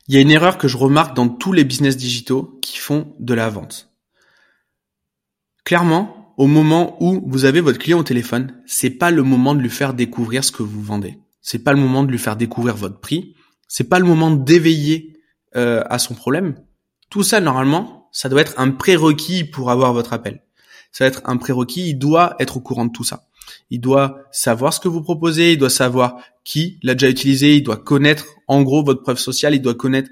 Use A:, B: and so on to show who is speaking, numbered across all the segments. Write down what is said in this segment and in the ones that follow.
A: Il y a une erreur que je remarque dans tous les business digitaux qui font de la vente. Clairement, au moment où vous avez votre client au téléphone, c'est pas le moment de lui faire découvrir ce que vous vendez. C'est pas le moment de lui faire découvrir votre prix. C'est pas le moment d'éveiller à son problème. Tout ça, normalement, ça doit être un prérequis pour avoir votre appel. Ça va être un prérequis. Il doit être au courant de tout ça. Il doit savoir ce que vous proposez. Il doit savoir qui l'a déjà utilisé. Il doit connaître, en gros, votre preuve sociale. Il doit connaître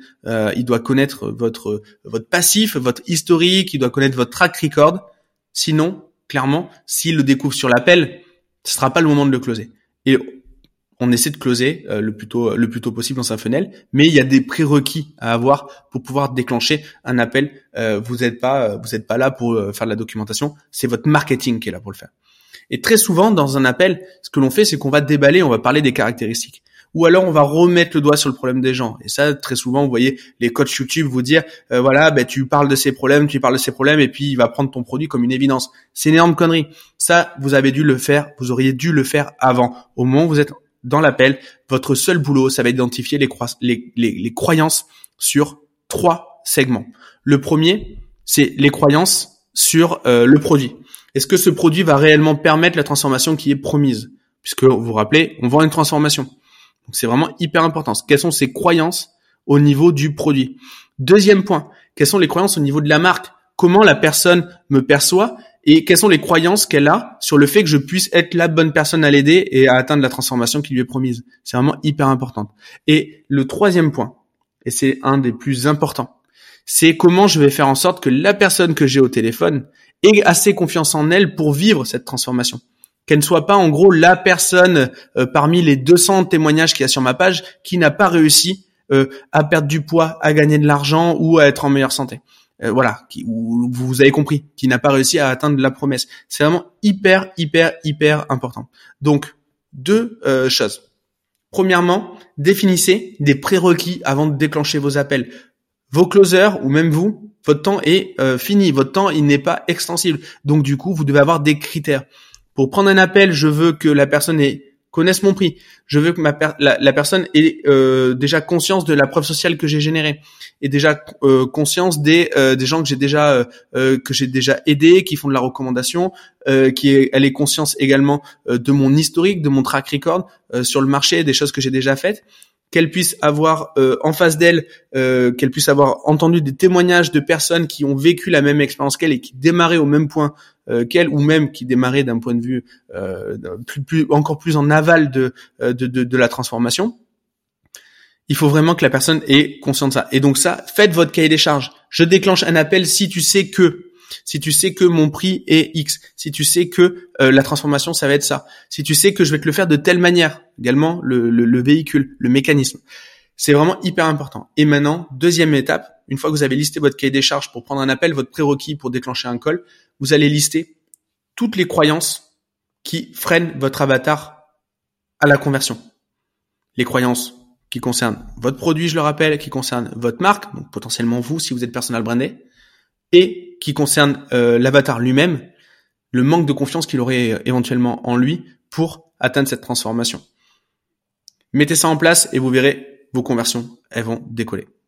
A: votre passif, votre historique. Il doit connaître votre track record. Sinon, clairement, s'il le découvre sur l'appel, ce sera pas le moment de le closer. Et on essaie de closer le plus tôt possible dans sa funnel, mais il y a des prérequis à avoir pour pouvoir déclencher un appel. Vous n'êtes pas là pour faire de la documentation, c'est votre marketing qui est là pour le faire. Et très souvent, dans un appel, ce que l'on fait, c'est qu'on va déballer, on va parler des caractéristiques. Ou alors, on va remettre le doigt sur le problème des gens. Et ça, très souvent, vous voyez les coachs YouTube vous dire, tu parles de ces problèmes, et puis il va prendre ton produit comme une évidence. C'est une énorme connerie. Ça, vous auriez dû le faire avant. Au moment où vous êtes dans l'appel, votre seul boulot, ça va être d'identifier les croyances sur 3 segments. Le premier, c'est les croyances sur le produit. Est-ce que ce produit va réellement permettre la transformation qui est promise? Puisque vous vous rappelez, on vend une transformation. Donc c'est vraiment hyper important. Quelles sont ces croyances au niveau du produit? Deuxième point, quelles sont les croyances au niveau de la marque? Comment la personne me perçoit et quelles sont les croyances qu'elle a sur le fait que je puisse être la bonne personne à l'aider et à atteindre la transformation qui lui est promise? C'est vraiment hyper important. Et le troisième point, et c'est un des plus importants, c'est comment je vais faire en sorte que la personne que j'ai au téléphone ait assez confiance en elle pour vivre cette transformation. Qu'elle ne soit pas en gros la personne parmi les 200 témoignages qu'il y a sur ma page qui n'a pas réussi à perdre du poids, à gagner de l'argent ou à être en meilleure santé. Vous avez compris, qui n'a pas réussi à atteindre la promesse. C'est vraiment hyper important. Donc, 2 choses. Premièrement, définissez des prérequis avant de déclencher vos appels. Vos closers ou même vous, votre temps est fini. Votre temps, il n'est pas extensible. Donc, du coup, vous devez avoir des critères. Pour prendre un appel, je veux que la personne connaisse mon prix. Je veux que la personne ait déjà conscience de la preuve sociale que j'ai générée et déjà conscience des gens que j'ai déjà aidés, qui font de la recommandation, elle ait conscience également de mon historique, de mon track record sur le marché, des choses que j'ai déjà faites. Qu'elle puisse avoir en face d'elle, qu'elle puisse avoir entendu des témoignages de personnes qui ont vécu la même expérience qu'elle et qui démarraient au même point qu'elle, ou même qui démarraient d'un point de vue encore plus en aval de la transformation. Il faut vraiment que la personne ait conscience de ça. Et donc ça, faites votre cahier des charges. Je déclenche un appel si tu sais que mon prix est X, si tu sais que la transformation, ça va être ça, si tu sais que je vais te le faire de telle manière, également le véhicule, le mécanisme. C'est vraiment hyper important. Et maintenant, deuxième étape, une fois que vous avez listé votre cahier des charges pour prendre un appel, votre prérequis pour déclencher un call, vous allez lister toutes les croyances qui freinent votre avatar à la conversion. Les croyances qui concernent votre produit, je le rappelle, qui concernent votre marque, donc potentiellement vous si vous êtes personal brandé, et qui concerne l'avatar lui-même, le manque de confiance qu'il aurait éventuellement en lui pour atteindre cette transformation. Mettez ça en place et vous verrez, vos conversions, elles vont décoller.